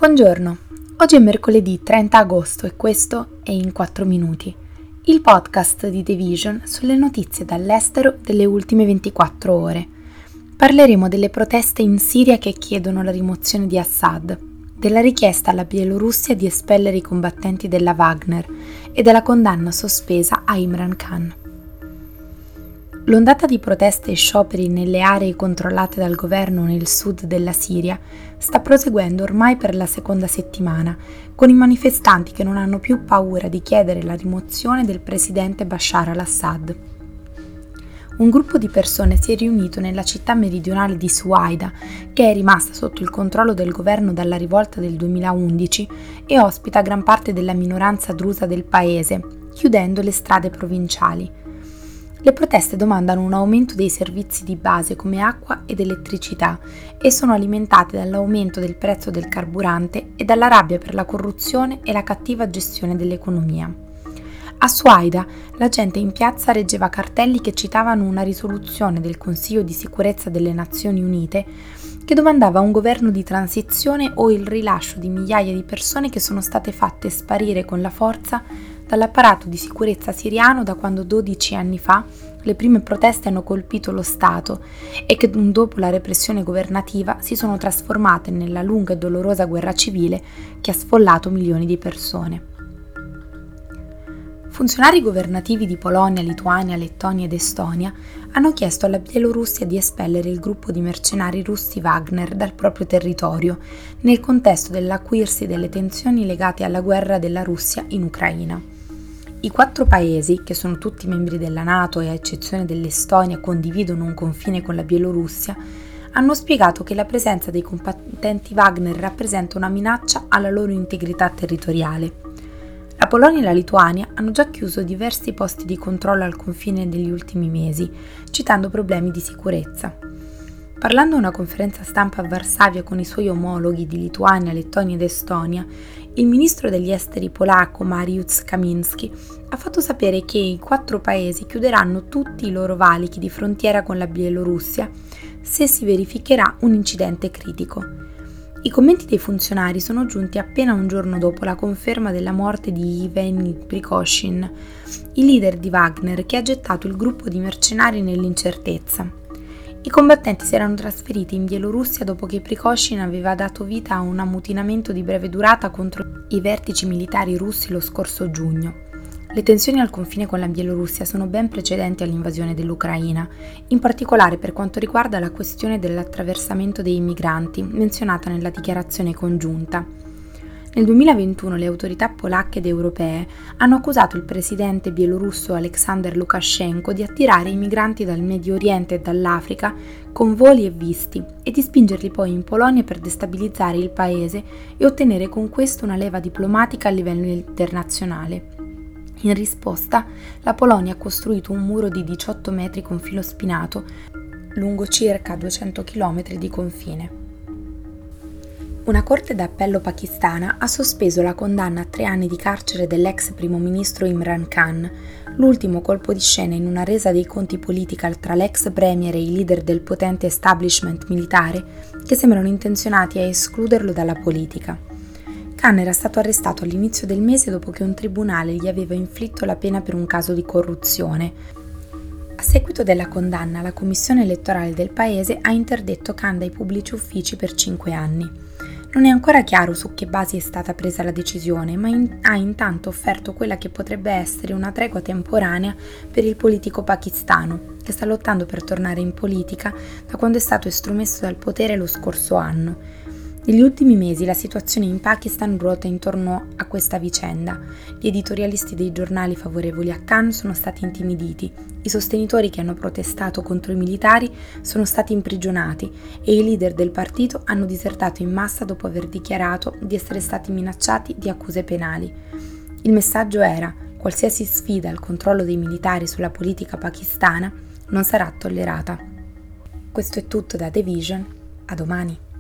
Buongiorno, oggi è mercoledì 30 agosto e questo è In 4 Minuti, il podcast di The Vision sulle notizie dall'estero delle ultime 24 ore. Parleremo delle proteste in Siria che chiedono la rimozione di Assad, della richiesta alla Bielorussia di espellere i combattenti della Wagner e della condanna sospesa a Imran Khan. L'ondata di proteste e scioperi nelle aree controllate dal governo nel sud della Siria sta proseguendo ormai per la seconda settimana, con i manifestanti che non hanno più paura di chiedere la rimozione del presidente Bashar al-Assad. Un gruppo di persone si è riunito nella città meridionale di Suaida, che è rimasta sotto il controllo del governo dalla rivolta del 2011 e ospita gran parte della minoranza drusa del paese, chiudendo le strade provinciali. Le proteste domandano un aumento dei servizi di base come acqua ed elettricità e sono alimentate dall'aumento del prezzo del carburante e dalla rabbia per la corruzione e la cattiva gestione dell'economia. A Suaida la gente in piazza reggeva cartelli che citavano una risoluzione del Consiglio di sicurezza delle Nazioni Unite che domandava un governo di transizione o il rilascio di migliaia di persone che sono state fatte sparire con la forza dall'apparato di sicurezza siriano da quando 12 anni fa le prime proteste hanno colpito lo Stato e che dopo la repressione governativa si sono trasformate nella lunga e dolorosa guerra civile che ha sfollato milioni di persone. Funzionari governativi di Polonia, Lituania, Lettonia ed Estonia hanno chiesto alla Bielorussia di espellere il gruppo di mercenari russi Wagner dal proprio territorio, nel contesto dell'acuirsi delle tensioni legate alla guerra della Russia in Ucraina. I 4 paesi, che sono tutti membri della NATO e a eccezione dell'Estonia condividono un confine con la Bielorussia, hanno spiegato che la presenza dei combattenti Wagner rappresenta una minaccia alla loro integrità territoriale. La Polonia e la Lituania hanno già chiuso diversi posti di controllo al confine negli ultimi mesi, citando problemi di sicurezza. Parlando a una conferenza stampa a Varsavia con i suoi omologhi di Lituania, Lettonia ed Estonia, il ministro degli esteri polacco Mariusz Kamiński ha fatto sapere che i 4 paesi chiuderanno tutti i loro valichi di frontiera con la Bielorussia se si verificherà un incidente critico. I commenti dei funzionari sono giunti appena un giorno dopo la conferma della morte di Yevgeny Prigozhin, il leader di Wagner che ha gettato il gruppo di mercenari nell'incertezza. I combattenti si erano trasferiti in Bielorussia dopo che Prigozhin aveva dato vita a un ammutinamento di breve durata contro i vertici militari russi lo scorso giugno. Le tensioni al confine con la Bielorussia sono ben precedenti all'invasione dell'Ucraina, in particolare per quanto riguarda la questione dell'attraversamento dei migranti, menzionata nella dichiarazione congiunta. Nel 2021 le autorità polacche ed europee hanno accusato il presidente bielorusso Alexander Lukashenko di attirare i migranti dal Medio Oriente e dall'Africa con voli e visti e di spingerli poi in Polonia per destabilizzare il paese e ottenere con questo una leva diplomatica a livello internazionale. In risposta, la Polonia ha costruito un muro di 18 metri con filo spinato, lungo circa 200 km di confine. Una corte d'appello pakistana ha sospeso la condanna a 3 anni di carcere dell'ex primo ministro Imran Khan, l'ultimo colpo di scena in una resa dei conti politica tra l'ex premier e i leader del potente establishment militare che sembrano intenzionati a escluderlo dalla politica. Khan era stato arrestato all'inizio del mese dopo che un tribunale gli aveva inflitto la pena per un caso di corruzione. A seguito della condanna, la commissione elettorale del paese ha interdetto Khan dai pubblici uffici per 5 anni. Non è ancora chiaro su che basi è stata presa la decisione, ma ha intanto offerto quella che potrebbe essere una tregua temporanea per il politico pakistano, che sta lottando per tornare in politica da quando è stato estromesso dal potere lo scorso anno. Negli ultimi mesi la situazione in Pakistan ruota intorno a questa vicenda. Gli editorialisti dei giornali favorevoli a Khan sono stati intimiditi, i sostenitori che hanno protestato contro i militari sono stati imprigionati e i leader del partito hanno disertato in massa dopo aver dichiarato di essere stati minacciati di accuse penali. Il messaggio era: qualsiasi sfida al controllo dei militari sulla politica pakistana non sarà tollerata. Questo è tutto da The Vision, a domani.